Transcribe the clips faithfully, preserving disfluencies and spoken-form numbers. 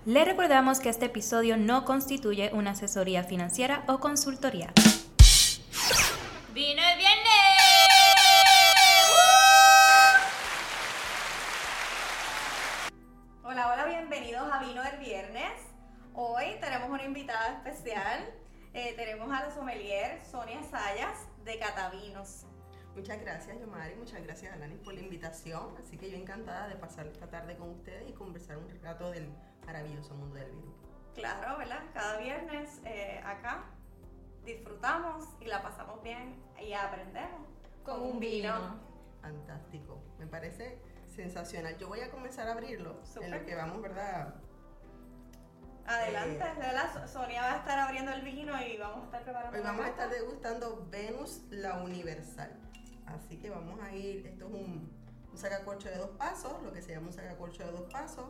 Le recordamos que este episodio no constituye una asesoría financiera o consultoría. ¡Vino el viernes! ¡Uh! Hola, hola, bienvenidos a Vino el Viernes. Hoy tenemos una invitada especial. Eh, tenemos a la sommelier Sonia Sayas de Catavinos. Muchas gracias, Yomari, muchas gracias, Alanis, por la invitación. Así que yo encantada de pasar esta tarde con ustedes y conversar un rato del maravilloso mundo del vino. Claro, ¿verdad? Cada viernes eh, acá disfrutamos y la pasamos bien y aprendemos con, con un vino. vino. Fantástico, me parece sensacional. Yo voy a comenzar a abrirlo. Super. En lo que vamos, ¿verdad? Adelante, eh, ¿verdad? Sonia va a estar abriendo el vino y vamos a estar preparando. Hoy vamos a estar degustando Venus la Universal. Así que vamos a ir, esto es un, un sacacorcho de dos pasos, lo que se llama un sacacorcho de dos pasos.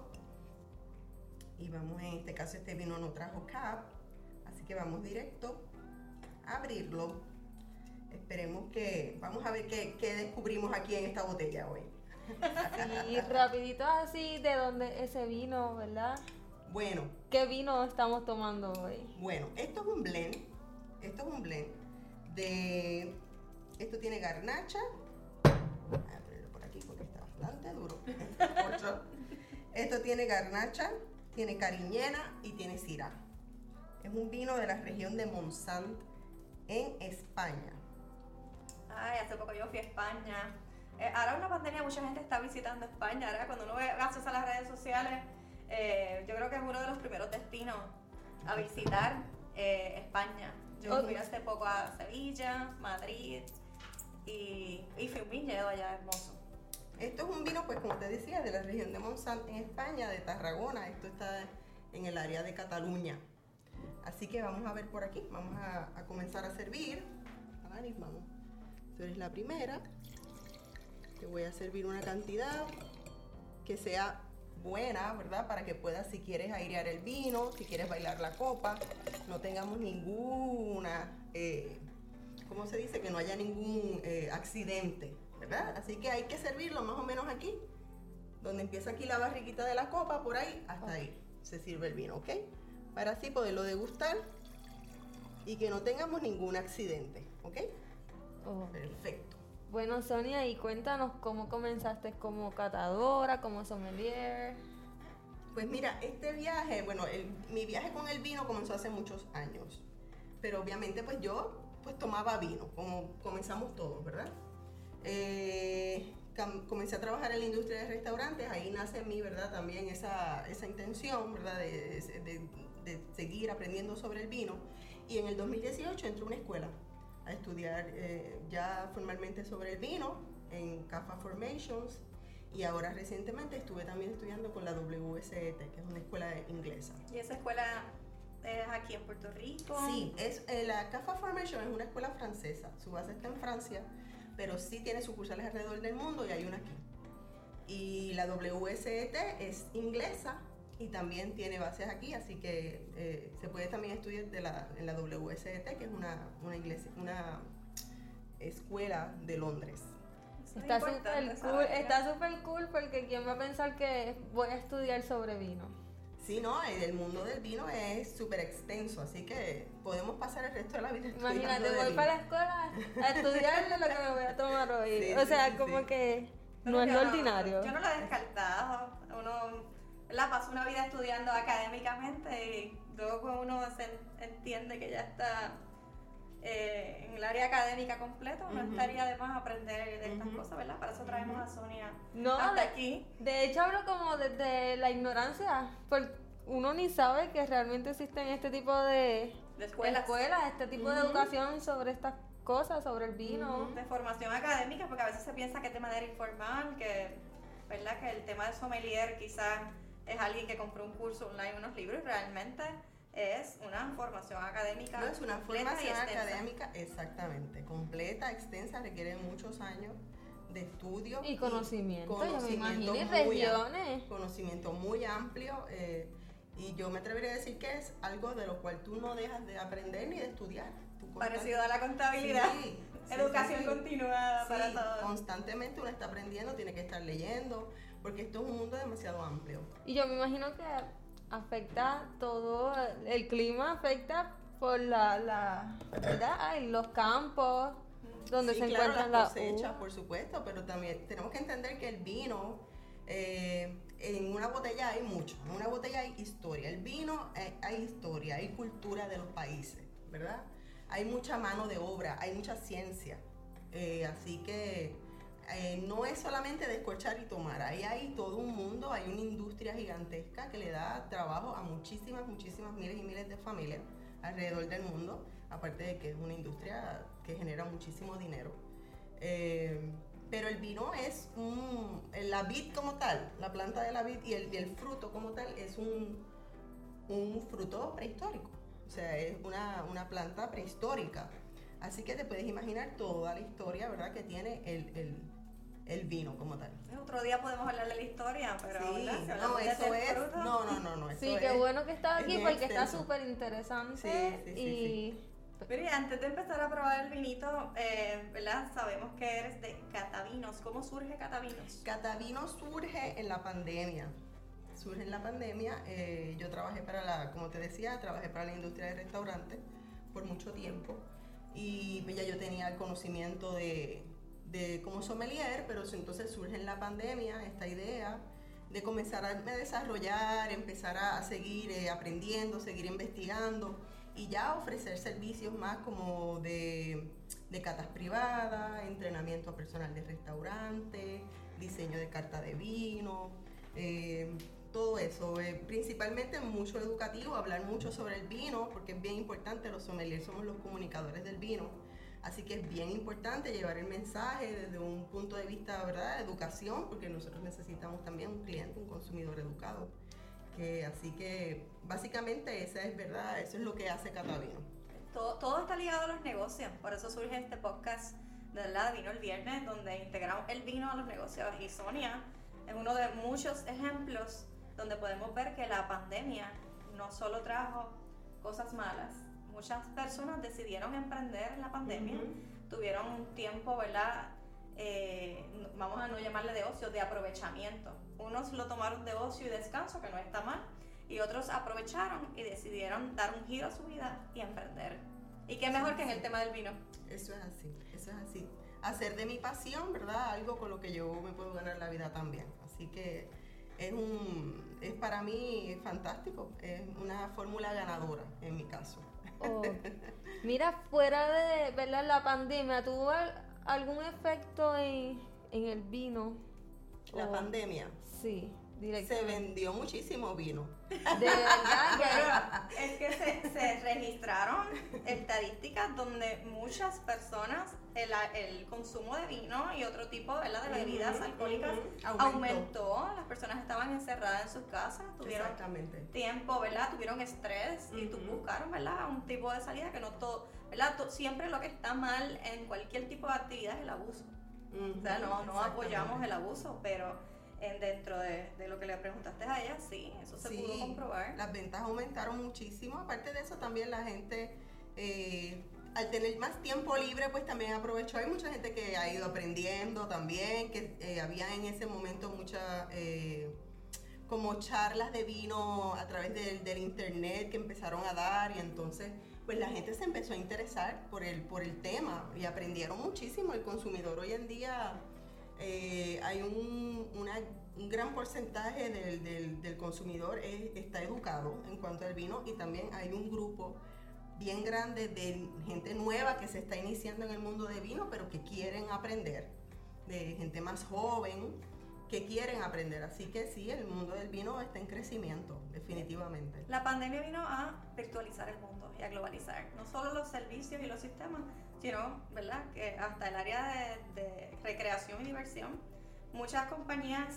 Y vamos, en este caso este vino no trajo cap, así que vamos directo a abrirlo. Esperemos que, vamos a ver qué, qué descubrimos aquí en esta botella hoy. Y rapidito así, ¿de dónde ese vino, verdad? Bueno. ¿Qué vino estamos tomando hoy? Bueno, esto es un blend, esto es un blend de... Esto tiene garnacha, voy a abrirlo por aquí porque está bastante duro. Esto tiene garnacha, tiene cariñena y tiene syrah. Es un vino de la región de Montsant en España. Ay, hace poco yo fui a España. Eh, ahora una pandemia, mucha gente está visitando España. Ahora cuando uno ve acceso a las redes sociales, eh, yo creo que es uno de los primeros destinos a visitar eh, España. Yo okay. fui hace poco a Sevilla, Madrid. Y, y fue un viñedo allá hermoso. Esto es un vino, pues como te decía, de la región de Montsant en España, de Tarragona. Esto está en el área de Cataluña. Así que vamos a ver por aquí, vamos a, a comenzar a servir. Alanis, vamos. Tú eres la primera. Te voy a servir una cantidad que sea buena, ¿verdad? Para que puedas, si quieres airear el vino, si quieres bailar la copa, no tengamos ninguna... Eh, ¿Cómo se dice? Que no haya ningún eh, accidente, ¿verdad? Así que hay que servirlo más o menos aquí, donde empieza aquí la barriguita de la copa, por ahí, hasta okay. ahí se sirve el vino, ¿ok? Para así poderlo degustar y que no tengamos ningún accidente, ¿ok? Oh. Perfecto. Bueno, Sonia, y cuéntanos cómo comenzaste como catadora, como sommelier. Pues mira, este viaje, bueno, el, mi viaje con el vino comenzó hace muchos años, pero obviamente pues yo pues tomaba vino, como comenzamos todos, ¿verdad? Eh, comencé a trabajar en la industria de restaurantes, ahí nace en mí, ¿verdad? También esa, esa intención, ¿verdad? De, de, de seguir aprendiendo sobre el vino. Y en el dos mil dieciocho entré a una escuela a estudiar eh, ya formalmente sobre el vino en CAFA Formations, y ahora recientemente estuve también estudiando con la W S E T, que es una escuela inglesa. ¿Y esa escuela es aquí en Puerto Rico? Sí, es, eh, la CAFA Formation es una escuela francesa, su base está en Francia, pero sí tiene sucursales alrededor del mundo y hay una aquí. Y la W S E T es inglesa y también tiene bases aquí, así que eh, se puede también estudiar de la, en la W S E T, que es una, una, iglesia, una escuela de Londres. Está súper cool, está súper cool porque ¿quién va a pensar que voy a estudiar sobre vino? Sí, no, el mundo del vino es súper extenso, así que podemos pasar el resto de la vida estudiando. Imagínate, voy vino. para la escuela a estudiar lo que me voy a tomar hoy. Sí, o sea, sí, como sí. que Pero no es yo lo no, ordinario. Yo no lo he descartado. Uno la pasa una vida estudiando académicamente y luego pues uno se entiende que ya está eh, en el área académica completa, uno uh-huh. estaría de más aprender de estas uh-huh. cosas, ¿verdad? Para eso traemos uh-huh. a Sonia no, hasta de, aquí. De hecho hablo como desde la ignorancia, porque uno ni sabe que realmente existen este tipo de, de escuelas, escuelas, este tipo uh-huh. de educación sobre estas cosas, sobre el vino. Uh-huh. De formación académica, porque a veces se piensa que es de manera informal, que, ¿verdad? Que el tema de sommelier quizás es alguien que compró un curso online, unos libros, y realmente es una formación académica. No es una completa formación y extensa. académica, exactamente, completa, extensa, requiere muchos años de estudio y conocimiento, y conocimiento yo me imagino, y muy regiones. Am- conocimiento muy amplio, eh, y yo me atrevería a decir que es algo de lo cual tú no dejas de aprender ni de estudiar. Tú Parecido a la contabilidad. Sí, sí, educación sí, sí. continuada sí, para todos. Constantemente uno está aprendiendo, tiene que estar leyendo, porque esto es un mundo demasiado amplio. Y yo me imagino que afecta todo, el clima afecta por la, la ¿verdad? Ay, los campos donde Sí, se claro, encuentran las las cosechas, uvas. por supuesto, pero también tenemos que entender que el vino, eh, en una botella hay mucho, en una botella hay historia, el vino eh, hay historia, hay cultura de los países, ¿verdad? Hay mucha mano de obra, hay mucha ciencia, eh, así que eh, no es solamente descorchar y tomar, ahí hay todo un mundo, hay una industria gigantesca que le da trabajo a muchísimas, muchísimas miles y miles de familias alrededor del mundo, aparte de que es una industria que genera muchísimo dinero. Eh, pero el vino es un, la vid como tal, la planta de la vid y el, y el fruto como tal es un, un fruto prehistórico, o sea, es una, una planta prehistórica. Así que te puedes imaginar toda la historia, ¿verdad?, que tiene el, el, el vino como tal. Otro día podemos hablar de la historia, pero Sí, ¿verdad? Si no, hablamos de eso hacer es, fruta, no, no, no, no, eso Sí, es, qué bueno que estás es aquí bien porque está extenso. súper interesante Sí, sí, sí, y Mire, antes de empezar a probar el vinito, eh, ¿verdad? Sabemos que eres de Catavinos. ¿Cómo surge Catavinos? Catavino surge en la pandemia. Surge en la pandemia. eh, yo trabajé para la, como te decía, trabajé para la industria de restaurantes por mucho tiempo. Y pues, ya yo tenía el conocimiento de, de como sommelier, pero entonces surge en la pandemia esta idea de comenzar a desarrollar, empezar a, a seguir eh, aprendiendo, seguir investigando y ya ofrecer servicios más como de, de catas privadas, entrenamiento a personal de restaurante, diseño de carta de vino, eh, todo eso. Eh, principalmente mucho educativo, hablar mucho sobre el vino, porque es bien importante, los sommeliers somos los comunicadores del vino, así que es bien importante llevar el mensaje desde un punto de vista, ¿verdad?, de educación, porque nosotros necesitamos también un cliente, un consumidor educado. Que, así que básicamente esa es verdad, eso es lo que hace Catavino. Todo, todo está ligado a los negocios, por eso surge este podcast de verdad de Vino el Viernes, donde integramos el vino a los negocios. Y Sonia es uno de muchos ejemplos donde podemos ver que la pandemia no solo trajo cosas malas, muchas personas decidieron emprender en la pandemia, Uh-huh. tuvieron un tiempo, ¿verdad? Eh, vamos a no llamarle de ocio, de aprovechamiento. Unos lo tomaron de ocio y descanso, que no está mal, y otros aprovecharon y decidieron dar un giro a su vida y emprender. Y qué mejor que en el tema del vino. Eso es así, eso es así. Hacer de mi pasión, ¿verdad?, algo con lo que yo me puedo ganar la vida también. Así que es un, es para mí fantástico, es una fórmula ganadora en mi caso. oh. Mira, fuera de, ¿verdad?, la pandemia, ¿tuvo al- algún efecto en, en el vino? La Oh, pandemia, Sí, se directamente. vendió muchísimo vino. De verdad que Pero es que se, se registraron estadísticas donde muchas personas, el, el consumo de vino y otro tipo, ¿verdad?, de bebidas Ujú, alcohólicas ujú, aumentó. aumentó. Las personas estaban encerradas en sus casas, tuvieron Exactamente. tiempo, ¿verdad? Tuvieron estrés y tu- Ujú. buscaron, ¿verdad?, un tipo de salida que no todo, ¿verdad? To- siempre lo que está mal en cualquier tipo de actividad es el abuso. O sea, no, no apoyamos el abuso, pero en, dentro de, de lo que le preguntaste a ella, sí, eso se Sí, pudo comprobar. las ventas aumentaron muchísimo. Aparte de eso, también la gente, eh, al tener más tiempo libre, pues también aprovechó. Hay mucha gente que ha ido aprendiendo también, que eh, había en ese momento muchas eh, como charlas de vino a través del, del internet que empezaron a dar y entonces pues la gente se empezó a interesar por el, por el tema y aprendieron muchísimo. El consumidor hoy en día, eh, hay un, una, un gran porcentaje del, del, del consumidor es- está educado en cuanto al vino y también hay un grupo bien grande de gente nueva que se está iniciando en el mundo de vino pero que quieren aprender, de gente más joven que quieren aprender. Así que sí, el mundo del vino está en crecimiento, definitivamente. La pandemia vino a virtualizar el mundo y a globalizar, no solo los servicios y los sistemas, sino, ¿verdad?, que hasta el área de, de recreación y diversión. Muchas compañías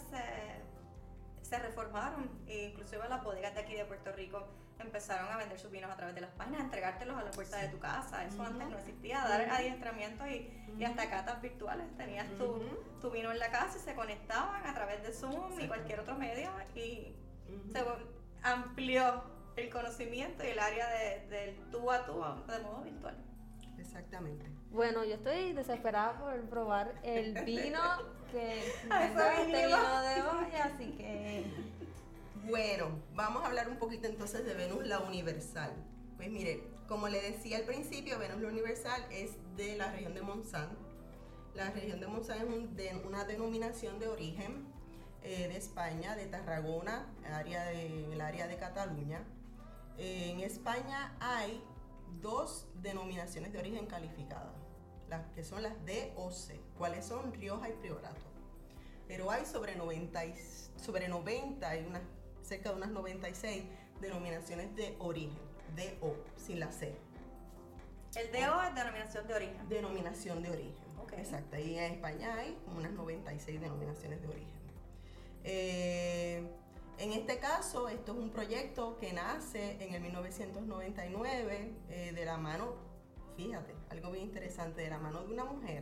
se, se reformaron, e inclusive las bodegas de aquí de Puerto Rico empezaron a vender sus vinos a través de las páginas, a entregártelos a la puerta de tu casa. Eso Ujú. antes no existía, dar Ujú. adiestramientos y, y hasta catas virtuales. Tenías tu, Ujú. tu vino en la casa y se conectaban a través de Zoom y Exacto. cualquier otro medio y Ujú. se amplió el conocimiento y el área de, del tú a tú de modo virtual. Exactamente. Bueno, yo estoy desesperada por probar el vino que A eso ¿verdad? este vinimos. vino de hoy, así que Bueno, vamos a hablar un poquito entonces de Venus la Universal. Pues mire, como le decía al principio, Venus la Universal es de la región de Montsant. La región de Montsant es un, de, una denominación de origen eh, de España, de Tarragona, área de, el área de Cataluña. Eh, en España hay dos denominaciones de origen calificadas, las que son las D O C, cuáles son Rioja y Priorato. Pero hay sobre noventa, sobre noventa, hay unas, cerca de unas noventa y seis denominaciones de origen, D O, sin la C. El D O es denominación de origen. Denominación de origen, okay. Exacto. Y en España hay como unas noventa y seis denominaciones de origen. Eh, en este caso, esto es un proyecto que nace en el mil novecientos noventa y nueve eh, de la mano, fíjate, algo bien interesante, de la mano de una mujer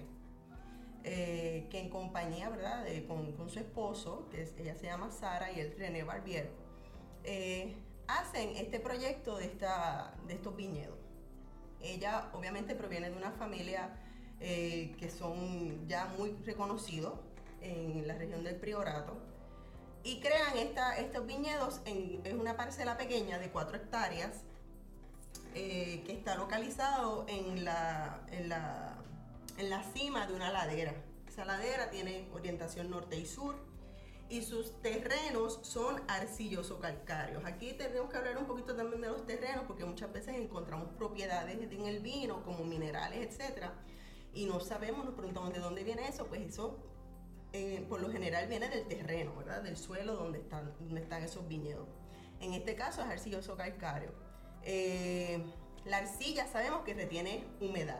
eh, que en compañía, ¿verdad?, de, con, con su esposo, que es, ella se llama Sara y él René Barbier, eh, hacen este proyecto de, esta, de estos viñedos. Ella obviamente proviene de una familia eh, que son ya muy reconocidos en la región del Priorato y crean esta, estos viñedos en, en una parcela pequeña de cuatro hectáreas eh, que está localizado en la, en, la, en la cima de una ladera. Esa ladera tiene orientación norte y sur y sus terrenos son arcilloso-calcáreos. Aquí tenemos que hablar un poquito también de los terrenos porque muchas veces encontramos propiedades en el vino como minerales, etcétera, y no sabemos, nos preguntamos de dónde viene eso. Pues eso eh, por lo general viene del terreno, ¿verdad?, del suelo donde están, donde están esos viñedos. En este caso es arcilloso-calcáreo. Eh, la arcilla sabemos que retiene humedad,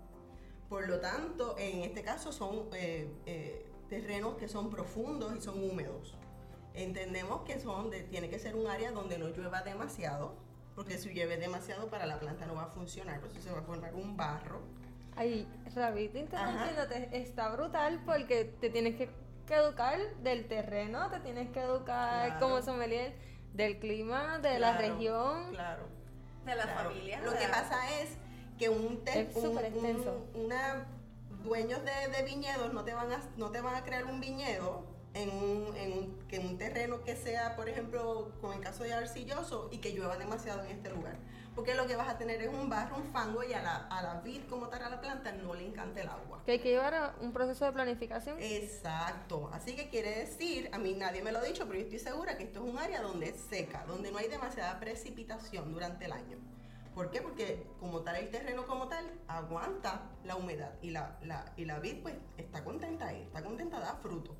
por lo tanto en este caso son eh, eh, terrenos que son profundos y son húmedos. Entendemos que son de, tiene que ser un área donde no llueva demasiado, porque si llueve demasiado para la planta no va a funcionar, por eso se va a formar un barro. Ay, Rabito, interrumpiéndote, está brutal porque te tienes que, que educar del terreno, te tienes que educar Claro. como sommelier del clima, de Claro, la región. Claro. De la Claro. familia. Lo de que la- pasa es que un, te, Es un, súper extenso. un- una dueños de, de viñedos no te van a no te van a crear un viñedo en un, en un, que un terreno que sea, por ejemplo, como en el caso de arcilloso y que llueva demasiado en este lugar, porque lo que vas a tener es un barro, un fango, y a la, a la vid como tal, a la planta no le encanta el agua. Que hay que llevar a un proceso de planificación. Exacto, así que quiere decir, a mí nadie me lo ha dicho, pero yo estoy segura que esto es un área donde es seca, donde no hay demasiada precipitación durante el año. ¿Por qué? Porque como tal el terreno como tal aguanta la humedad y la, la, y la vid pues está contenta ahí, está contenta, da fruto.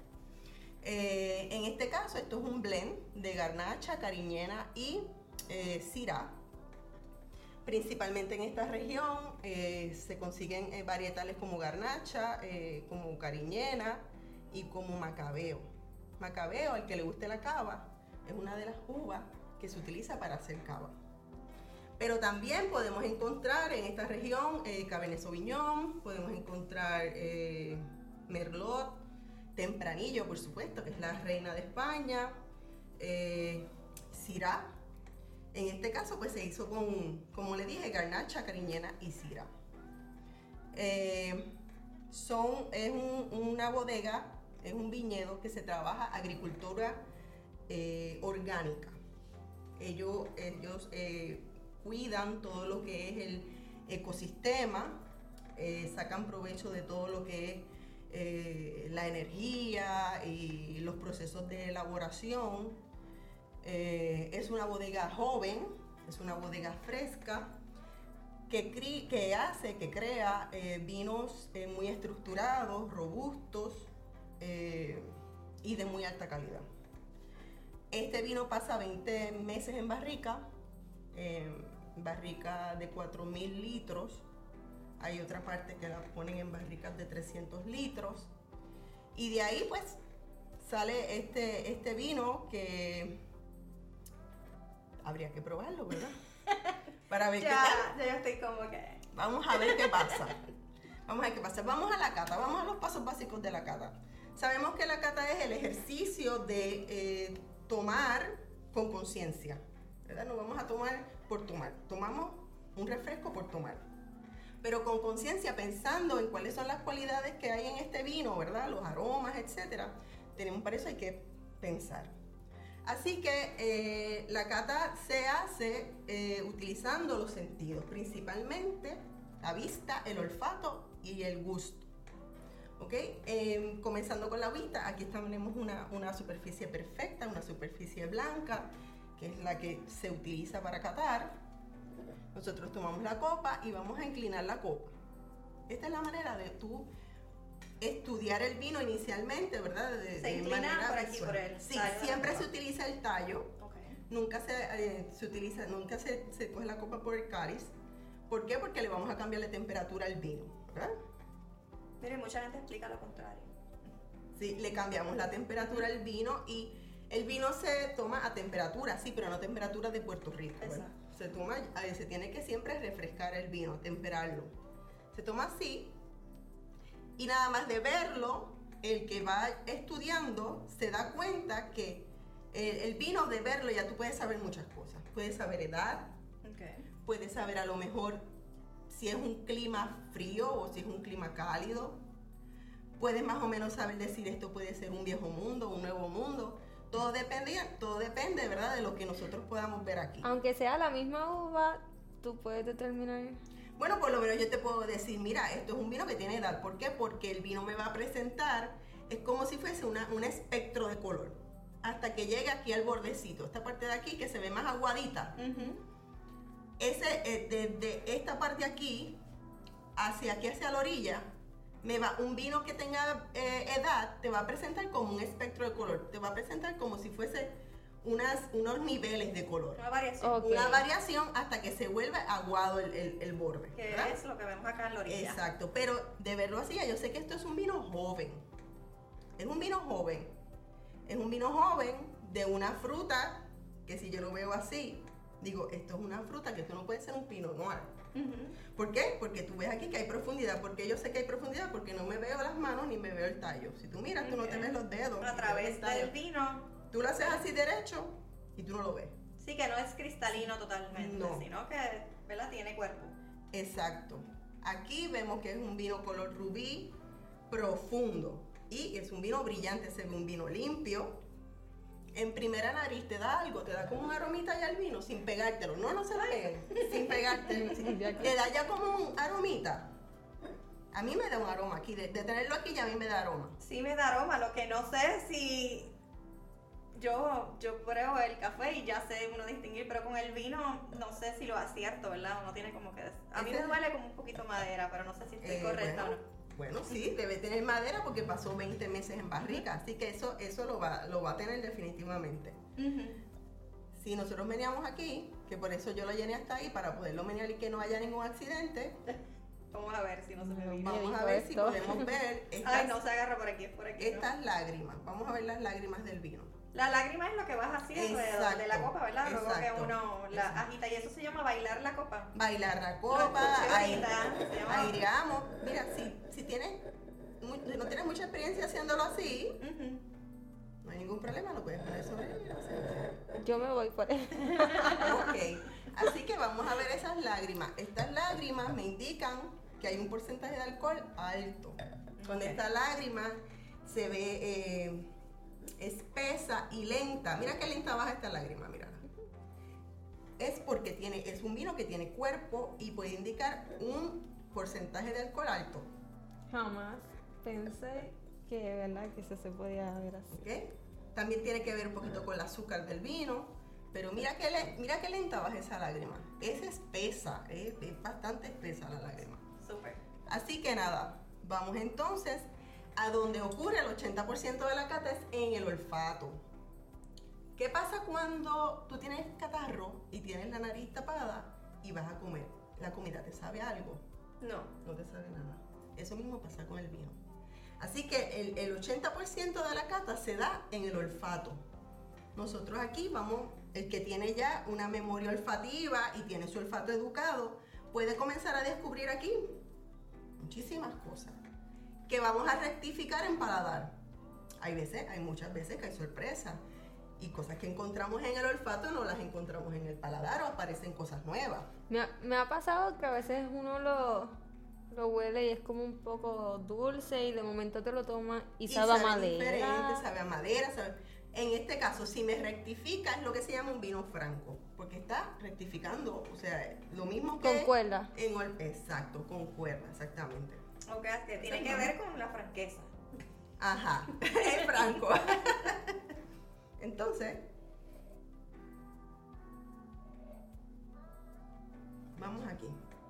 Eh, en este caso esto es un blend de garnacha, cariñena y eh, syrah. Principalmente en esta región eh, se consiguen eh, varietales como garnacha, eh, como cariñena y como macabeo. Macabeo, al que le guste la cava, es una de las uvas que se utiliza para hacer cava. Pero también podemos encontrar en esta región eh, Cabernet Sauvignon, podemos encontrar eh, Merlot, Tempranillo, por supuesto, que es la reina de España, eh, Syrah. En este caso, pues se hizo con, como le dije, garnacha, cariñena y syrah. Eh, son, es un, una bodega, es un viñedo que se trabaja agricultura eh, orgánica. Ellos, ellos eh, cuidan todo lo que es el ecosistema, eh, sacan provecho de todo lo que es eh, la energía y los procesos de elaboración. Eh, es una bodega joven, es una bodega fresca que, cri que hace, que crea eh, vinos eh, muy estructurados, robustos eh, y de muy alta calidad. Este vino pasa veinte meses en barrica, eh, barrica de cuatro mil litros. Hay otra parte que la ponen en barricas de trescientos litros. Y de ahí pues sale este, este vino que habría que probarlo, ¿verdad? Para ver ya, qué tal. ya yo estoy como que... Vamos a ver qué pasa. Vamos a ver qué pasa. Vamos a la cata, vamos a los pasos básicos de la cata. Sabemos que la cata es el ejercicio de eh, tomar con conciencia, ¿verdad? No vamos a tomar por tomar. Tomamos un refresco por tomar. Pero con conciencia, pensando en cuáles son las cualidades que hay en este vino, ¿verdad? Los aromas, etcétera. Tenemos para eso hay que pensar. Así que eh, la cata se hace eh, utilizando los sentidos, principalmente la vista, el olfato y el gusto. ¿Ok? Eh, comenzando con la vista, aquí tenemos una, una superficie perfecta, una superficie blanca, que es la que se utiliza para catar. Nosotros tomamos la copa y vamos a inclinar la copa. Esta es la manera de tú estudiar el vino inicialmente, ¿verdad? De, Se de inclina manera por aquí, visual. por el Sí, tallo de la siempre copa. se utiliza el tallo. Okay. Nunca se, eh, se utiliza, nunca se, se coge la copa por el cáliz. ¿Por qué? Porque le vamos a cambiar la temperatura al vino, ¿verdad? Mire, mucha gente explica lo contrario. Sí, le cambiamos la temperatura al vino y el vino se toma a temperatura, sí, pero no a temperatura de Puerto Rico. ¿verdad? Exacto. Se toma, eh, se tiene que siempre refrescar el vino, temperarlo. Se toma así y nada más de verlo, el que va estudiando se da cuenta que el, el vino de verlo ya tú puedes saber muchas cosas. Puedes saber edad, Okay. puedes saber a lo mejor si es un clima frío o si es un clima cálido. Puedes más o menos saber decir esto puede ser un viejo mundo, un nuevo mundo. Todo depende, todo depende, ¿verdad? De lo que nosotros podamos ver aquí. Aunque sea la misma uva, tú puedes determinar. Bueno, por lo menos yo te puedo decir, mira, esto es un vino que tiene edad. ¿Por qué? Porque el vino me va a presentar, es como si fuese una, un espectro de color. Hasta que llegue aquí al bordecito, esta parte de aquí que se ve más aguadita. Uh-huh. Ese, eh, desde esta parte aquí, hacia aquí, hacia la orilla, me va, un vino que tenga eh, edad, te va a presentar como un espectro de color. Te va a presentar como si fuese unas, unos niveles de color. Una variación. Ok. Una variación hasta que se vuelve aguado el, el, el borde. Que ¿verdad? es lo que vemos acá en la orilla. Exacto, pero de verlo así, yo sé que esto es un vino joven. Es un vino joven. Es un vino joven de una fruta que si yo lo veo así, digo, esto es una fruta que esto no puede ser un Pinot Noir. Uh-huh. ¿Por qué? Porque tú ves aquí que hay profundidad. Porque yo sé que hay profundidad porque no me veo las manos ni me veo el tallo. Si tú miras, tú no te Ok. ves los dedos. A ni través te ves el tallo. del vino. Tú lo haces así derecho y tú no lo ves. Sí, que no es cristalino totalmente, No. sino que, ¿verdad? Tiene cuerpo. Exacto. Aquí vemos que es un vino color rubí profundo y es un vino brillante, se ve un vino limpio. En primera nariz te da algo, te da como un aromita ya al vino sin pegártelo. No, no se lo peguen, sin pegártelo. sin- Te da ya como un aromita. A mí me da un aroma aquí, de, de tenerlo aquí ya a mí me da aroma. Sí me da aroma, lo que no sé si yo, yo pruebo el café y ya sé uno distinguir, pero con el vino no sé si lo acierto, ¿verdad? Uno tiene como que... A mí Ese- me huele como un poquito madera, pero no sé si estoy Eh, correcta bueno, o no. bueno, sí, debe tener madera porque pasó veinte meses en barrica, así que eso, eso lo, va, lo va a tener definitivamente. Ujú. Si nosotros meneamos aquí, que por eso yo lo llené hasta ahí, para poderlo menear y que no haya ningún accidente, Vamos a ver si no se me olvida. vamos a dijo ver si esto. podemos ver estas, Ay, no se agarra por aquí, es por aquí. ¿no? estas lágrimas. Vamos a ver las lágrimas del vino. La lágrima es lo que vas así alrededor de la Exacto, copa, ¿verdad? Luego exacto, que uno la exacto. agita y eso se llama bailar la copa. Bailar la Lo copa, escuché aire- ahorita, se llama- aireamos. Mira, si, si, tienes, mu- si no tienes mucha experiencia haciéndolo así, Ujú. no hay ningún problema, lo puedes poner sobre él. así. Yo me voy por él. Ok, así que vamos a ver esas lágrimas. Estas lágrimas me indican que hay un porcentaje de alcohol alto. Con Ok. esta lágrima se ve eh, espesa y lenta. Mira qué lenta baja esta lágrima, mira. Es porque tiene, es un vino que tiene cuerpo y puede indicar un porcentaje de alcohol alto. Jamás pensé que, ¿verdad? Que eso se podía ver así. ¿Ok? También tiene que ver un poquito con el azúcar del vino. Pero mira qué, le- mira qué lenta baja esa lágrima. Es espesa, es, es bastante espesa la lágrima. Súper. Así que nada, vamos entonces a donde ocurre el ochenta por ciento de la cata, es en el olfato. ¿Qué pasa cuando tú tienes catarro y tienes la nariz tapada y vas a comer? ¿La comida te sabe a algo? No. No te sabe nada. Eso mismo pasa con el vino. Así que el, el ochenta por ciento de la cata se da en el olfato. Nosotros aquí vamos, el que tiene ya una memoria olfativa y tiene su olfato educado, puede comenzar a descubrir aquí muchísimas cosas que vamos a rectificar en paladar. Hay veces, hay muchas veces que hay sorpresas y cosas que encontramos en el olfato no las encontramos en el paladar o aparecen cosas nuevas. Me ha, me ha pasado que a veces uno lo, lo huele y es como un poco dulce y de momento te lo toma y, sabe a madera. diferente, sabe a madera, sabe- En este caso, si me rectifica, es lo que se llama un vino franco, porque está rectificando, o sea, lo mismo que... Con cuerda. En, ol- exacto, con cuerda, exactamente. Ok, que tiene que ver con la franqueza. Ajá, es franco. Entonces, vamos aquí.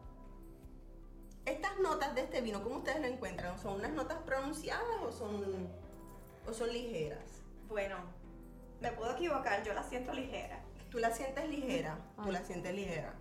Estas notas de este vino, ¿cómo ustedes lo encuentran? ¿Son unas notas pronunciadas o son, o son ligeras? Bueno, me puedo equivocar, yo la siento ligera. ¿Tú la sientes ligera? Tú Ay. la sientes ligera.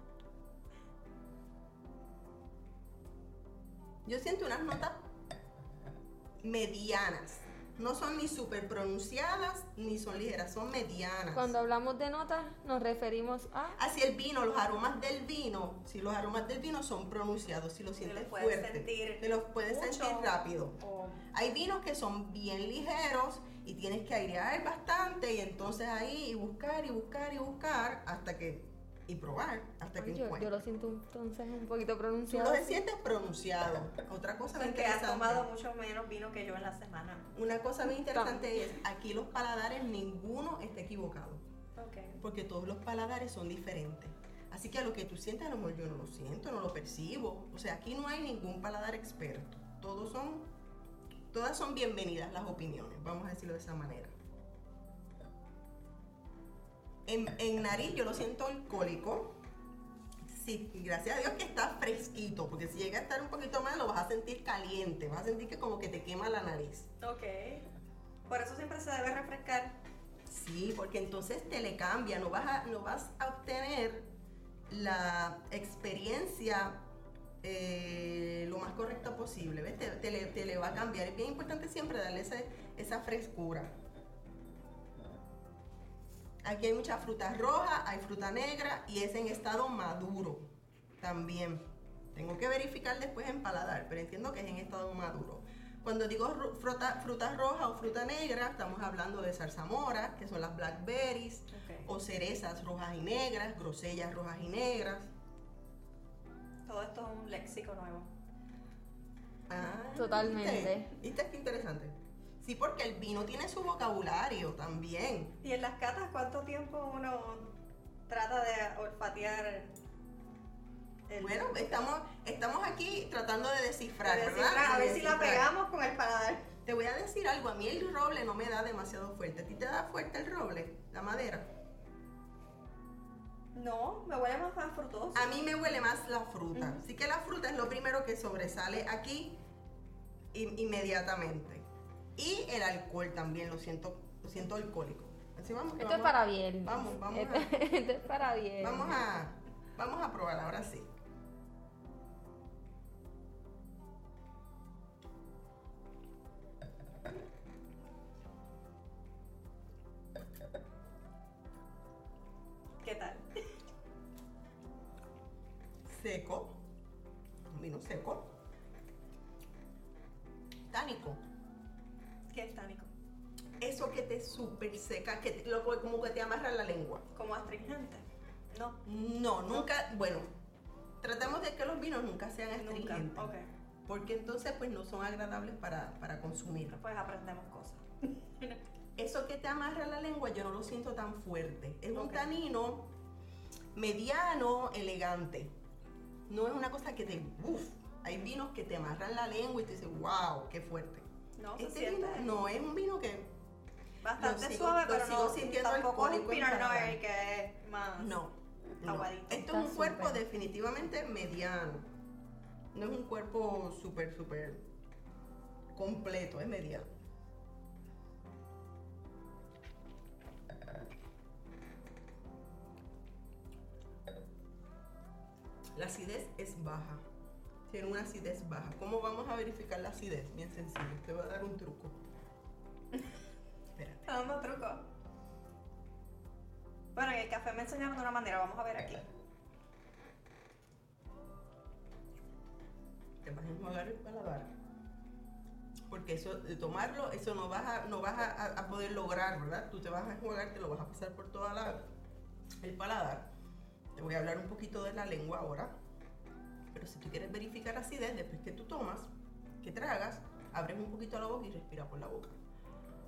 Yo siento unas notas medianas. No son ni súper pronunciadas ni son ligeras, son medianas. Cuando hablamos de notas, nos referimos a. Así el vino, los aromas del vino, si los aromas del vino son pronunciados, si los sientes los puedes fuerte, sentir te los puedes mucho. sentir rápido. O- Hay vinos que son bien ligeros y tienes que airear bastante y entonces ahí y buscar y buscar y buscar hasta que, y probar hasta que Ay, yo, yo encuentres. lo siento entonces un poquito Tú pronunciado. lo sientes pronunciado. Otra cosa bien Porque has interesante. tomado mucho menos vino que yo en la semana. Una cosa bien interesante es, aquí los paladares ninguno está equivocado, Ok. porque todos los paladares son diferentes. Así que a lo que tú sientes, a lo mejor yo no lo siento, no lo percibo. O sea, aquí no hay ningún paladar experto. Todos son, todas son bienvenidas las opiniones, vamos a decirlo de esa manera. En, en nariz yo lo siento alcohólico. Sí, gracias a Dios que está fresquito, porque si llega a estar un poquito más lo vas a sentir caliente, vas a sentir que como que te quema la nariz. Ok. Por eso siempre se debe refrescar. Sí, porque entonces te le cambia, no vas a, no vas a obtener la experiencia eh, lo más correcta posible, ¿ves? Te, te le, te le va a cambiar. Es bien importante siempre darle ese- esa frescura. Aquí hay mucha fruta roja, hay fruta negra y es en estado maduro también. Tengo que verificar después en paladar, pero entiendo que es en estado maduro. Cuando digo ru- fruta, fruta roja o fruta negra, estamos hablando de zarzamora, que son las blackberries, Ok. o cerezas rojas y negras, grosellas rojas y negras. Todo esto es un léxico nuevo. Ah, Totalmente. ¿viste? ¿Viste qué interesante? Sí, porque el vino tiene su vocabulario también. Y en las catas, ¿cuánto tiempo uno trata de olfatear el Bueno, estamos, estamos aquí tratando de descifrar, de ¿verdad? descifrar, a De ver si la descifrar. pegamos con el paladar. Te voy a decir algo, a mí el roble no me da demasiado fuerte. ¿A ti te da fuerte el roble, la madera? No, me huele más, más frutoso. A mí me huele más la fruta. Ujú. Así que la fruta es lo primero que sobresale aquí in- inmediatamente. Y el alcohol también, lo siento, lo siento alcohólico. Así vamos. que Esto es vamos a- para viernes. Vamos, vamos Esto, a- esto es para viernes. Vamos a, vamos a probar ahora sí. ¿Qué tal? Seco, un vino seco, tánico, ¿Qué es tánico? eso que te super seca, que te- lo- como que te amarra la lengua. ¿Como astringente? No, No, nunca, bueno, tratamos de que los vinos nunca sean nunca. astringentes, Ok, porque entonces pues no son agradables para, para consumir. pues aprendemos cosas. Eso que te amarra la lengua yo no lo siento tan fuerte, es un Ok. tanino mediano, elegante. No es una cosa que te, uff, hay vinos que te amarran la lengua y te dices, wow, qué fuerte. No, se Este siente vino no es un vino que, bastante lo sigo- suave, lo pero sigo no, sintiendo tampoco es un alcohólico en Pinot paladar. Noir que es más no. no. aguadito. Esto Está es un cuerpo súper. definitivamente mediano. No es un cuerpo súper, súper completo, es mediano. La acidez es baja. Tiene una acidez baja. ¿Cómo vamos a verificar la acidez? Bien sencillo. Te voy a dar un truco. Espérate. Está dando truco. Bueno, en el café me enseñaron de una manera, vamos a ver aquí. Te vas a enjuagar el paladar. Porque eso, de tomarlo, eso no vas a, no vas a, a poder lograr, ¿verdad? Tú te vas a enjuagar, te lo vas a pasar por toda la, el paladar. Te voy a hablar un poquito de la lengua ahora. Pero si tú quieres verificar acidez, después que tú tomas, que tragas, abres un poquito la boca y respira por la boca.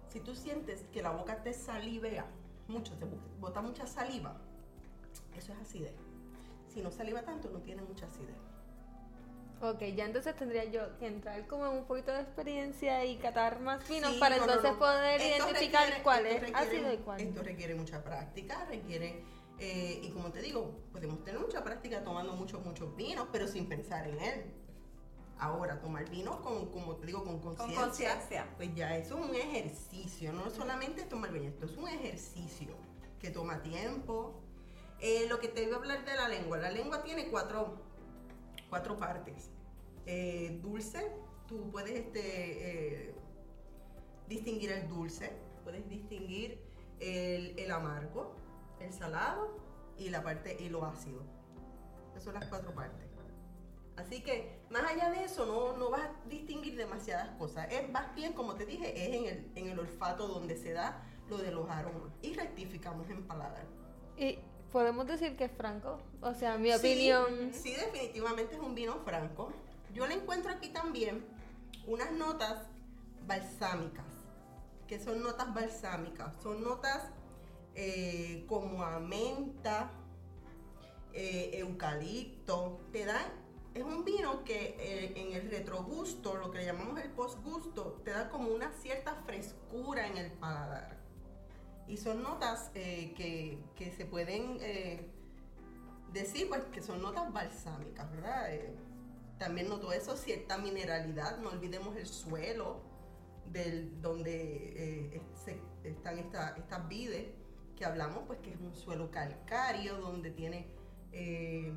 Si tú sientes que la boca te salivea mucho, te bota mucha saliva, eso es acidez. Si no saliva tanto, no tiene mucha acidez. Ok, ya entonces tendría yo que entrar como en un poquito de experiencia y catar más vinos Sí, para no, no, entonces no. poder Esto identificar requiere- cuál esto es requiere- ácido y cuál Esto no. requiere mucha práctica, requiere, eh, y como te digo, podemos tener mucha práctica tomando muchos, muchos vinos, pero sin pensar en él. Ahora, tomar vino con, como te digo, con conciencia, conciencia. pues ya eso es un ejercicio, no solamente es tomar vino, esto es un ejercicio que toma tiempo. Eh, lo que te iba a hablar de la lengua, la lengua tiene cuatro, cuatro partes. Eh, dulce, tú puedes este, eh, distinguir el dulce, puedes distinguir el, el amargo, el salado y la parte y lo ácido. Esas son las cuatro partes. Así que más allá de eso no, no vas a distinguir demasiadas cosas. Es más bien, como te dije, es en el, en el olfato donde se da lo de los aromas. Y rectificamos en paladar. Y podemos decir que es franco, o sea, mi Sí, opinión. Sí, definitivamente es un vino franco. Yo le encuentro aquí también unas notas balsámicas. ¿Qué son notas balsámicas? Son notas eh, como a menta, eh, eucalipto. Te dan, es un vino que eh, en el retrogusto, lo que le llamamos el postgusto, te da como una cierta frescura en el paladar. Y son notas eh, que, que se pueden eh, decir pues que son notas balsámicas, ¿verdad? Eh, también noto eso, cierta mineralidad, no olvidemos el suelo del, donde eh, se, están esta, estas vides que hablamos, pues que es un suelo calcáreo donde tiene, eh,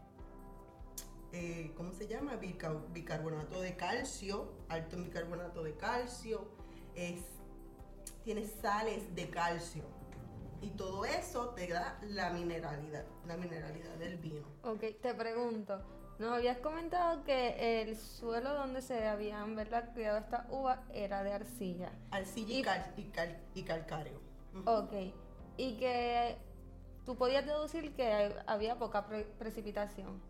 eh, ¿cómo se llama? Bica- bicarbonato de calcio, alto en bicarbonato de calcio, es, tiene sales de calcio. Y todo eso te da la mineralidad, la mineralidad del vino. Ok, te pregunto, nos habías comentado que el suelo donde se habían, ¿verdad?, criado esta uva era de arcilla. Arcilla y, Y- cal- y, cal- y calcáreo. Ujú. Ok, y que tú podías deducir que había poca pre- precipitación.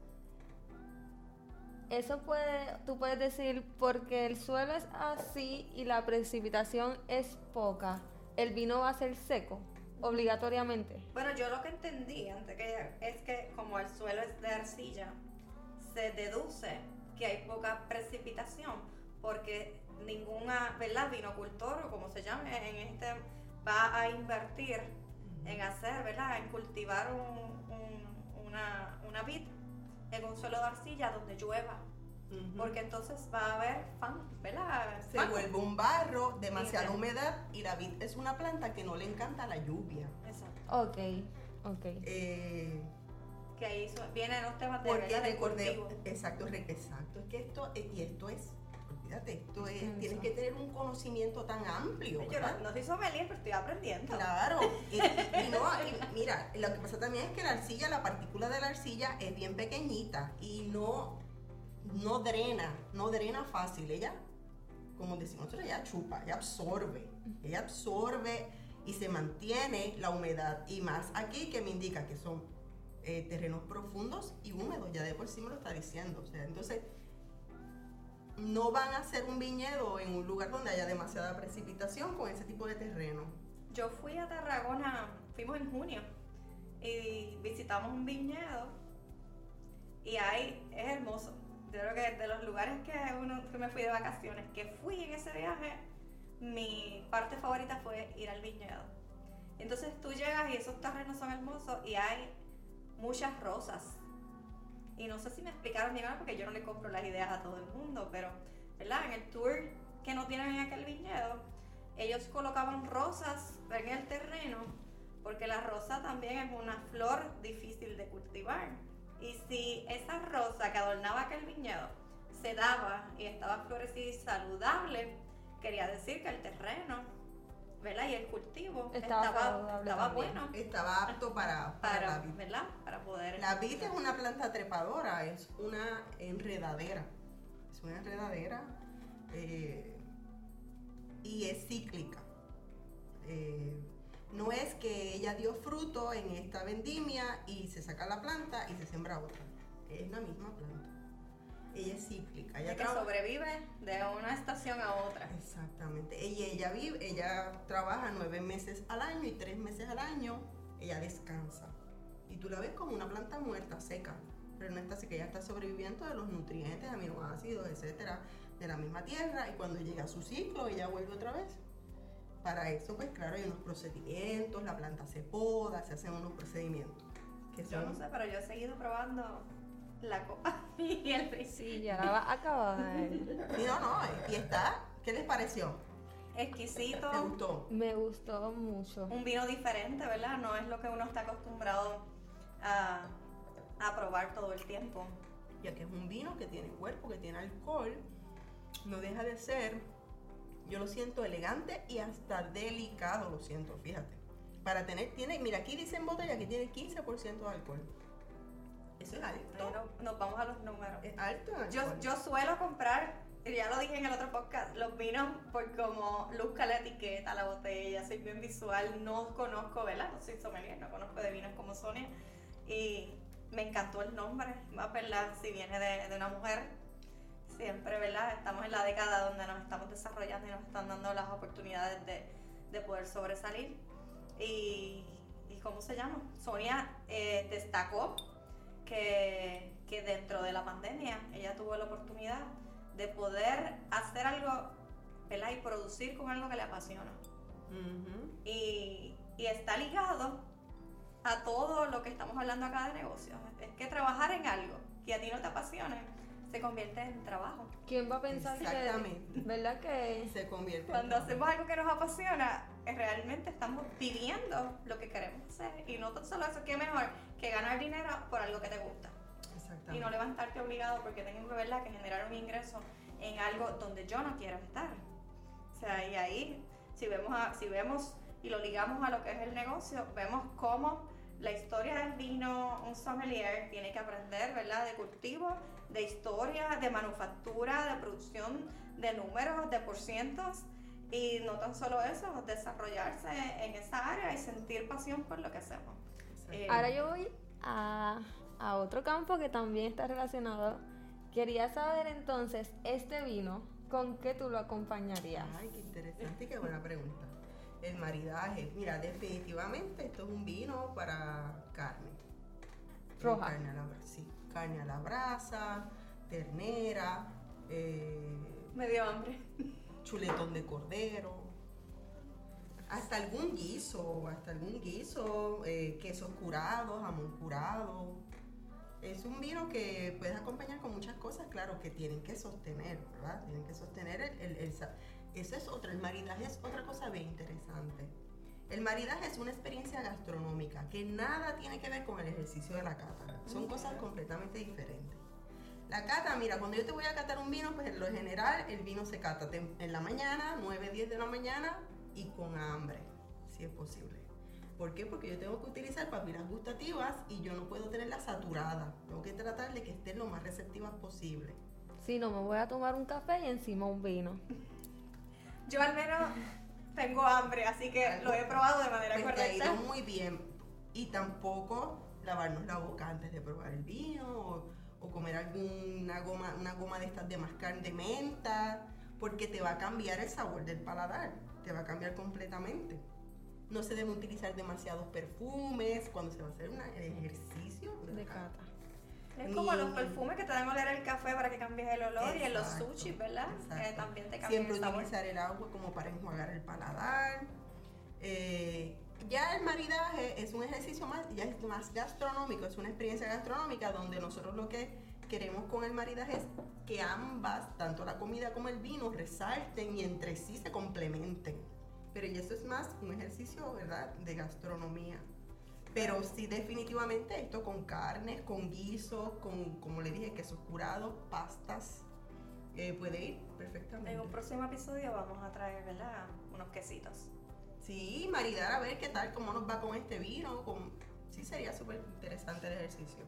Eso puede, tú puedes decir, porque el suelo es así y la precipitación es poca, el vino va a ser seco, obligatoriamente. Bueno, yo lo que entendí antes que es que como el suelo es de arcilla, se deduce que hay poca precipitación porque ninguna, ¿verdad? Vinocultor o como se llame en este va a invertir en hacer, ¿verdad? En cultivar un- un- una, una vid en un suelo de arcilla donde llueva, Ujú. porque entonces va a haber fan, ¿verdad? Se Fango. vuelve un barro, demasiada Sí. humedad y la vid es una planta que no le encanta la lluvia. Exacto. Ok, ok. Eh, Que ahí su- vienen los temas de, porque ¿verdad? de recordé, cultivo. exacto, re- exacto, es que esto, eh, y esto es, olvídate, esto es, Extenso. tienes que tener un conocimiento tan amplio, Yo ¿verdad? no, no soy sommelier, pero estoy aprendiendo. Claro, y, y no, y mira, lo que pasa también es que la arcilla, la partícula de la arcilla es bien pequeñita y no, no drena, no drena fácil, ella, como decimos nosotros, ella chupa, ella absorbe, ella absorbe y se mantiene la humedad, y más aquí que me indica que son eh, terrenos profundos y húmedos, ya de por sí me lo está diciendo, o sea, entonces no van a hacer un viñedo en un lugar donde haya demasiada precipitación con ese tipo de terreno. Yo fui a Tarragona, fuimos en junio y visitamos un viñedo y ahí es hermoso. Yo creo que de los lugares que uno que me fui de vacaciones, que fui en ese viaje, mi parte favorita fue ir al viñedo. Entonces tú llegas y esos terrenos son hermosos y hay muchas rosas. Y no sé si me explicaron bien porque yo no le compro las ideas a todo el mundo, pero ¿verdad? En el tour que no tienen en aquel viñedo, ellos colocaban rosas en el terreno porque la rosa también es una flor difícil de cultivar. Y si esa rosa que adornaba aquel viñedo se daba y estaba florecida y saludable, quería decir que el terreno, ¿verdad? Y el cultivo Estaba estaba, saludable estaba también. bueno Estaba apto para, para, para, la vid. ¿verdad? Para poder... La vid es una planta trepadora, es una enredadera. Es una enredadera eh, y es cíclica. Eh, no es que ella dio fruto en esta vendimia y se saca la planta y se siembra otra. Es la misma planta. ella es cíclica. Ella De que traba- sobrevive de una estación a otra. Exactamente. Ella, ella vive, ella trabaja nueve meses al año y tres meses al año ella descansa. Y tú la ves como una planta muerta, seca. Pero no está seca, ella está sobreviviendo de los nutrientes, aminoácidos, etcétera, de la misma tierra. Y cuando llega su ciclo, ella vuelve otra vez. Para eso, pues claro, hay unos procedimientos, la planta se poda, se hacen unos procedimientos. Que Yo no son, sé, pero yo he seguido probando la copa y el frizz. Sí, ya la va a acabar. Sí, no, no, y está, ¿qué les pareció? Exquisito. ¿Te gustó? Me gustó mucho. Un vino diferente, ¿verdad? No es lo que uno está acostumbrado a, a probar todo el tiempo. Ya que es un vino que tiene cuerpo, que tiene alcohol, no deja de ser, yo lo siento elegante y hasta delicado lo siento, fíjate. Para tener, tiene, mira, aquí dice en botella que tiene quince por ciento de alcohol. Eso es alto. Pero nos vamos a los números. Es alto en Yo, alcohol. yo suelo comprar, y ya lo dije en el otro podcast, los vinos por como luzca la etiqueta, la botella, soy bien visual, no conozco, ¿verdad? No soy sommelier, no conozco de vinos como Sonia. Y me encantó el nombre, más, ¿verdad? Si viene de, de una mujer, siempre, ¿verdad? Estamos en la década donde nos estamos desarrollando y nos están dando las oportunidades de, de poder sobresalir. Y, y ¿cómo se llama? Sonia eh, destacó que, que dentro de la pandemia ella tuvo la oportunidad de poder hacer algo, ¿verdad? Y producir con algo que le apasiona. Ujú. Y, y está ligado a todo lo que estamos hablando acá de negocios. Es que trabajar en algo que a ti no te apasione se convierte en trabajo. ¿Quién va a pensar que, Exactamente. verdad que Se convierte en Cuando trabajo. hacemos algo que nos apasiona, eh, realmente estamos viviendo lo que queremos hacer. Y no tan solo eso, qué mejor que ganar dinero por algo que te gusta. Exactamente. Y no levantarte obligado porque tengo que, ¿verdad?, que generar un ingreso en algo donde yo no quiero estar. O sea, y ahí, si vemos, a, si vemos y lo ligamos a lo que es el negocio, vemos cómo la historia del vino, un sommelier tiene que aprender, ¿verdad?, de cultivo, de historia, de manufactura, de producción, de números, de porcientos. Y no tan solo eso, desarrollarse en esa área y sentir pasión por lo que hacemos. Eh, ahora yo voy a, a otro campo que también está relacionado. Quería saber entonces, este vino, ¿con qué tú lo acompañarías? Ay, qué interesante y qué buena pregunta. El maridaje. Mira, definitivamente esto es un vino para carne. Roja. Carne a la brasa, sí. Carne a la brasa, ternera, eh, Me dio hambre. chuletón de cordero, hasta algún guiso, hasta algún guiso, eh, quesos curados, jamón curado. Es un vino que puedes acompañar con muchas cosas, claro, que tienen que sostener, ¿verdad? Tienen que sostener el, el, el sa- Eso es otro, el maridaje es otra cosa bien interesante. El maridaje es una experiencia gastronómica que nada tiene que ver con el ejercicio de la cata. Son cosas completamente diferentes. La cata, mira, cuando yo te voy a catar un vino, pues en lo general el vino se cata tem- en la mañana, nueve, diez de la mañana y con hambre, si es posible. ¿Por qué? Porque yo tengo que utilizar papilas gustativas y yo no puedo tenerlas saturadas. Tengo que tratar de que estén lo más receptivas posible. Si no, me voy a tomar un café y encima un vino. Yo al menos tengo hambre, así que lo he probado de manera Pues te ha ido correcta. muy bien. Y tampoco lavarnos la boca antes de probar el vino o, o comer alguna goma, una goma de estas de mascar de menta, porque te va a cambiar el sabor del paladar, te va a cambiar completamente. No se deben utilizar demasiados perfumes cuando se va a hacer un ejercicio De de cata. Es como Ni- los perfumes que te dan a oler el café para que cambies el olor y en los Exacto, sushi, ¿verdad? exacto. Eh, también te cambian Siempre el sabor. utilizar el agua como para enjuagar el paladar. Eh, ya el maridaje es un ejercicio más, ya es más gastronómico, es una experiencia gastronómica donde nosotros lo que queremos con el maridaje es que ambas, tanto la comida como el vino, resalten y entre sí se complementen. Pero ya eso es más un ejercicio, ¿verdad?, de gastronomía. Pero sí, definitivamente esto con carnes, con guisos, con, como le dije, quesos curados, pastas, eh, puede ir perfectamente. En un próximo episodio vamos a traer, ¿verdad?, unos quesitos. Sí, maridar a ver qué tal, cómo nos va con este vino. Con... Sí, sería súper interesante el ejercicio.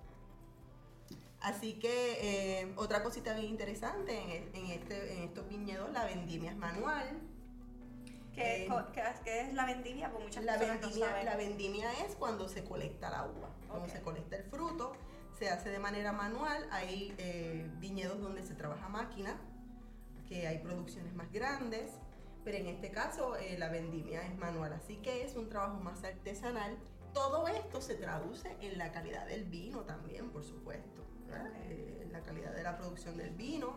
Así que eh, otra cosita bien interesante en, el- en, este, en estos viñedos, la vendimia es manual. ¿Qué, Eh, co- qué es- qué es la vendimia? Pues muchas La personas no vendimia, saben. la vendimia es cuando se colecta la uva, cuando Ok. se colecta el fruto, se hace de manera manual, hay eh, viñedos donde se trabaja a máquina, que hay producciones más grandes, pero en este caso eh, la vendimia es manual, así que es un trabajo más artesanal. Todo esto se traduce en la calidad del vino también, por supuesto, eh, la calidad de la producción del vino.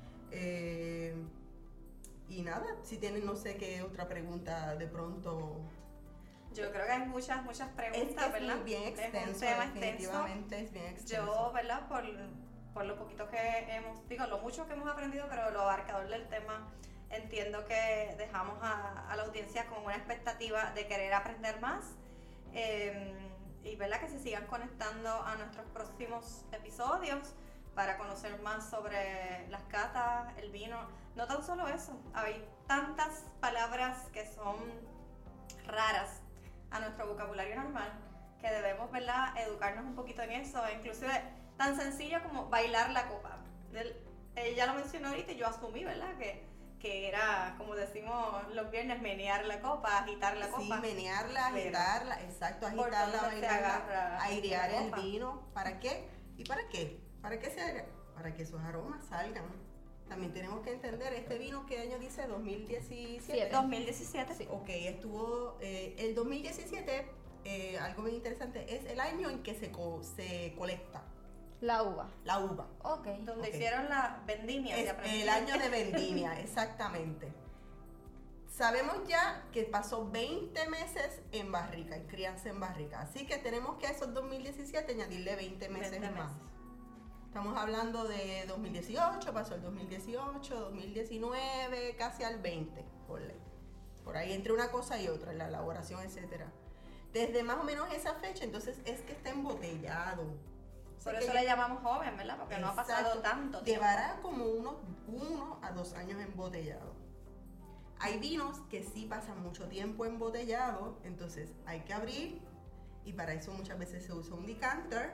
Eh, y nada, si tienen no sé qué otra pregunta de pronto. Yo creo que hay muchas, muchas preguntas, Es que es ¿verdad? bien extenso, es un tema definitivamente extenso. es bien extenso. Yo, ¿verdad? Por, por lo poquito que hemos, digo, lo mucho que hemos aprendido, pero lo abarcador del tema, entiendo que dejamos a, a la audiencia con una expectativa de querer aprender más. Eh, y verdad que se sigan conectando a nuestros próximos episodios para conocer más sobre las catas, el vino. No tan solo eso, hay tantas palabras que son raras a nuestro vocabulario normal que debemos, ¿verdad?, educarnos un poquito en eso, inclusive tan sencillo como bailar la copa. Él, ella lo mencionó ahorita y yo asumí, ¿verdad?, que que era, como decimos los viernes, menear la copa, agitar la copa. Sí, menearla, agitarla, exacto, ¿por agitarla, dónde se bailarla, agarra airear la el copa? vino. ¿Para qué? ¿Y para qué? ¿Para qué se aire- Para que esos aromas salgan. También tenemos que entender, este vino, ¿qué año dice? ¿dos mil diecisiete? Siete. dos mil diecisiete. Sí. Ok, estuvo, eh, el dos mil diecisiete, eh, algo bien interesante, es el año en que se, co- se colecta La uva. la uva. Ok. Donde Ok. hicieron la vendimia. Es se aprendió. el año de vendimia, exactamente. Sabemos ya que pasó veinte meses en barrica, en crianza en barrica. Así que tenemos que a esos dos mil diecisiete añadirle veinte meses veinte más. meses. Estamos hablando de dos mil dieciocho, pasó el dos mil dieciocho, dos mil diecinueve, casi al veinte, ponle. Por ahí entre una cosa y otra, en la elaboración, etcétera. Desde más o menos esa fecha, entonces es que está embotellado. O sea Por que eso le llamamos joven, ¿verdad? Porque no ha pasado Exacto. tanto tiempo. Llevará como unos uno a dos años embotellado. Hay vinos que sí pasan mucho tiempo embotellado, entonces hay que abrir y para eso muchas veces se usa un decanter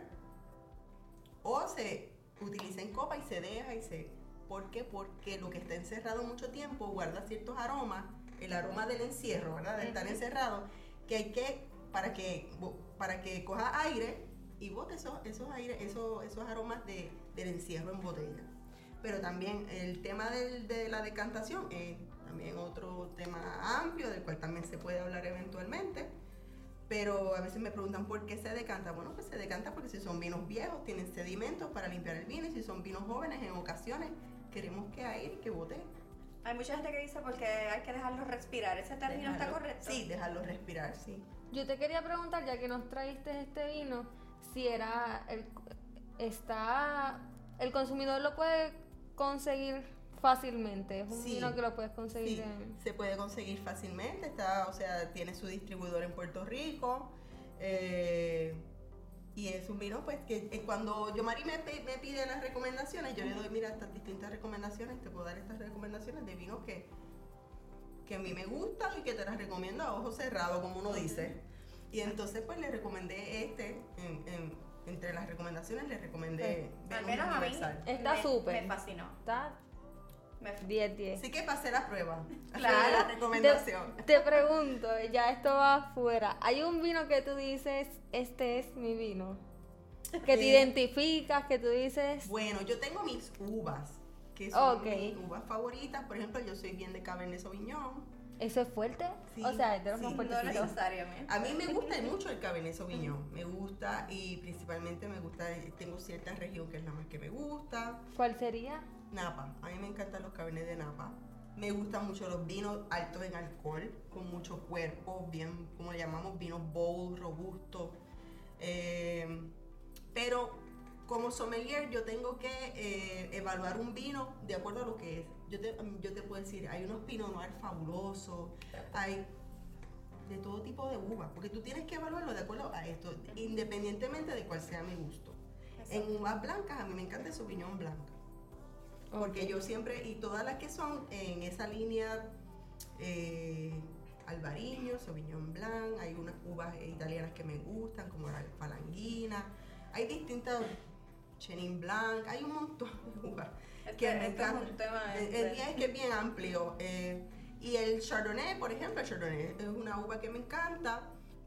o se utiliza en copa y se deja y se... ¿Por qué? Porque lo que está encerrado mucho tiempo guarda ciertos aromas, el aroma del encierro, ¿verdad? De estar Ujú. encerrado, que hay que, para que, para que coja aire y bote esos, esos, aire, esos, esos aromas de, del encierro en botella. Pero también el tema del, de la decantación es también otro tema amplio del cual también se puede hablar eventualmente. Pero a veces me preguntan por qué se decanta. Bueno, pues se decanta porque si son vinos viejos tienen sedimentos para limpiar el vino y si son vinos jóvenes en ocasiones queremos que aire y que bote. Hay mucha gente que dice porque hay que dejarlo respirar. ¿Ese término está Dejarlo- correcto? Sí, dejarlo respirar, sí. Yo te quería preguntar, ya que nos traíste este vino, si era el está el consumidor lo puede conseguir fácilmente. Es un Sí, vino que lo puedes conseguir Sí, en... se puede conseguir fácilmente, está, o sea, tiene su distribuidor en Puerto Rico. eh, y es un vino, pues, que eh, cuando Yomari me, pe- me pide las recomendaciones, yo le doy, mira, estas distintas recomendaciones, te puedo dar estas recomendaciones de vinos que, que a mí me gustan y que te las recomiendo a ojo cerrado, como uno dice. Y entonces, pues, le recomendé este, en, en- entre las recomendaciones, le recomendé Al Venus menos a mí Universal. Está me- súper. Me fascinó. Está Me diez diez. Así que pasé la prueba. Claro. La recomendación. Te, te pregunto, ya esto va afuera. ¿Hay un vino que tú dices, este es mi vino? Que te Eh, identificas, que tú dices... Bueno, yo tengo mis uvas, que son Ok. mis uvas favoritas. Por ejemplo, yo soy bien de Cabernet Sauvignon. ¿Eso es fuerte? Sí, O sea, es de los sí, más No fuertecitos. necesariamente. A mí me gusta mucho el Cabernet Sauvignon. Me gusta y principalmente me gusta, tengo cierta región que es la más que me gusta. ¿Cuál sería? Napa. A mí me encantan los Cabernet de Napa. Me gustan mucho los vinos altos en alcohol, con mucho cuerpo, bien, como le llamamos, vinos bold, robustos. Eh, pero como sommelier yo tengo que eh, evaluar un vino de acuerdo a lo que es. Yo te, yo te puedo decir, hay unos Pinot Noir fabulosos, hay de todo tipo de uvas, porque tú tienes que evaluarlo de acuerdo a esto, independientemente de cuál sea mi gusto. En uvas blancas, a mí me encanta el Sauvignon blanca, porque Ok. yo siempre, y todas las que son en esa línea, eh, Albariño, Sauvignon Blanc, hay unas uvas italianas que me gustan, como la Falanghina, hay distintas, Chenin Blanc, hay un montón de uvas que Este- me esto es encantan. un tema El, de- el día es que es bien amplio. eh, y el Chardonnay, por ejemplo, el Chardonnay es una uva que me encanta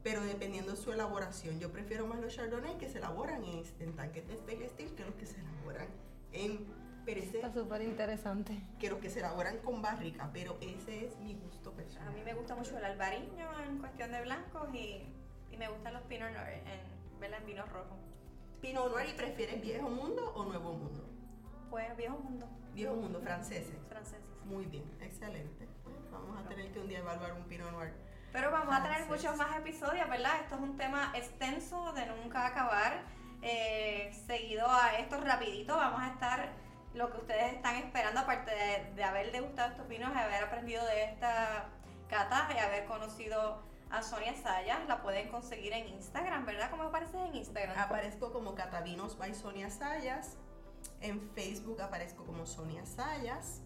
pero dependiendo de su elaboración. Yo prefiero más los Chardonnay que se elaboran en, en tanques de stainless steel que los que se elaboran en perece, Está súper interesante. que los que se elaboran con barrica, pero ese es mi gusto personal. A mí me gusta mucho el albariño en cuestión de blancos y, y me gustan los Pinot Noir en, ¿verdad? En vino rojo. Pinot Noir, ¿y prefieres viejo mundo o nuevo mundo? Pues viejo mundo, Viejo mundo, franceses. franceses. Muy bien, excelente. Vamos a tener que un día evaluar un Pinot Noir. Pero vamos a tener Francés. muchos más episodios, ¿verdad? Esto es un tema extenso de nunca acabar. Eh, seguido a esto, rapidito, vamos a estar, lo que ustedes están esperando, aparte de, de haber degustado estos vinos, de haber aprendido de esta cata y haber conocido a Sonia Sayas. La pueden conseguir en Instagram, ¿verdad? ¿Cómo apareces en Instagram? Aparezco como Catavinos by Sonia Sayas. En Facebook aparezco como Sonia Sayas.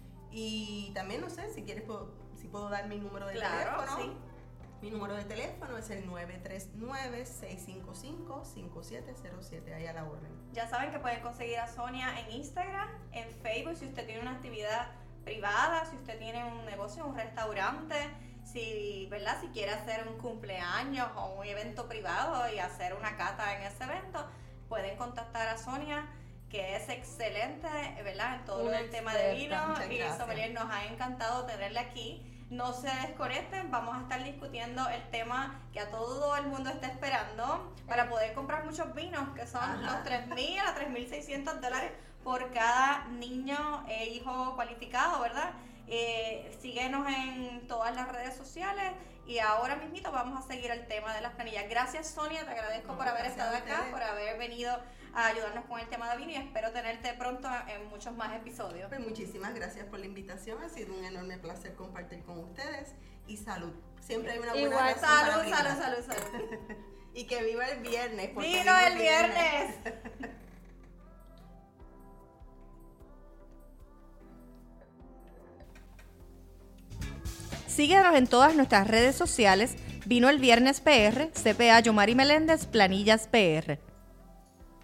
Y también, no sé, si quieres, puedo, si puedo dar mi número de Claro, teléfono. sí. Mi número de teléfono es el nueve tres nueve, seis cinco cinco, cinco siete cero siete, ahí a la orden. Ya saben que pueden conseguir a Sonia en Instagram, en Facebook, si usted tiene una actividad privada, si usted tiene un negocio, un restaurante, si, ¿verdad? Si quiere hacer un cumpleaños o un evento privado y hacer una cata en ese evento, pueden contactar a Sonia, que es excelente, ¿verdad? En todo Una el tema de experta. vino Muchas y gracias. sommelier. Nos ha encantado tenerle aquí. No se desconecten, vamos a estar discutiendo el tema que a todo el mundo está esperando para poder comprar muchos vinos, que son Ajá. los tres mil a tres mil seiscientos dólares por cada niño e hijo cualificado, ¿verdad? Eh, síguenos en todas las redes sociales y ahora mismito vamos a seguir el tema de las planillas. Gracias, Sonia, te agradezco No, por haber gracias estado a acá, ustedes. por haber venido a ayudarnos con el tema de vino y espero tenerte pronto en muchos más episodios. Pues muchísimas gracias por la invitación, ha sido un enorme placer compartir con ustedes y salud. Siempre hay una buena Igual, razón para Salud, brindar. salud, salud, salud. Y que viva el viernes. porque ¡Vino viva el viernes! Síguenos en todas nuestras redes sociales. Vino el Viernes P R, C P A Yomari Meléndez, Planillas P R.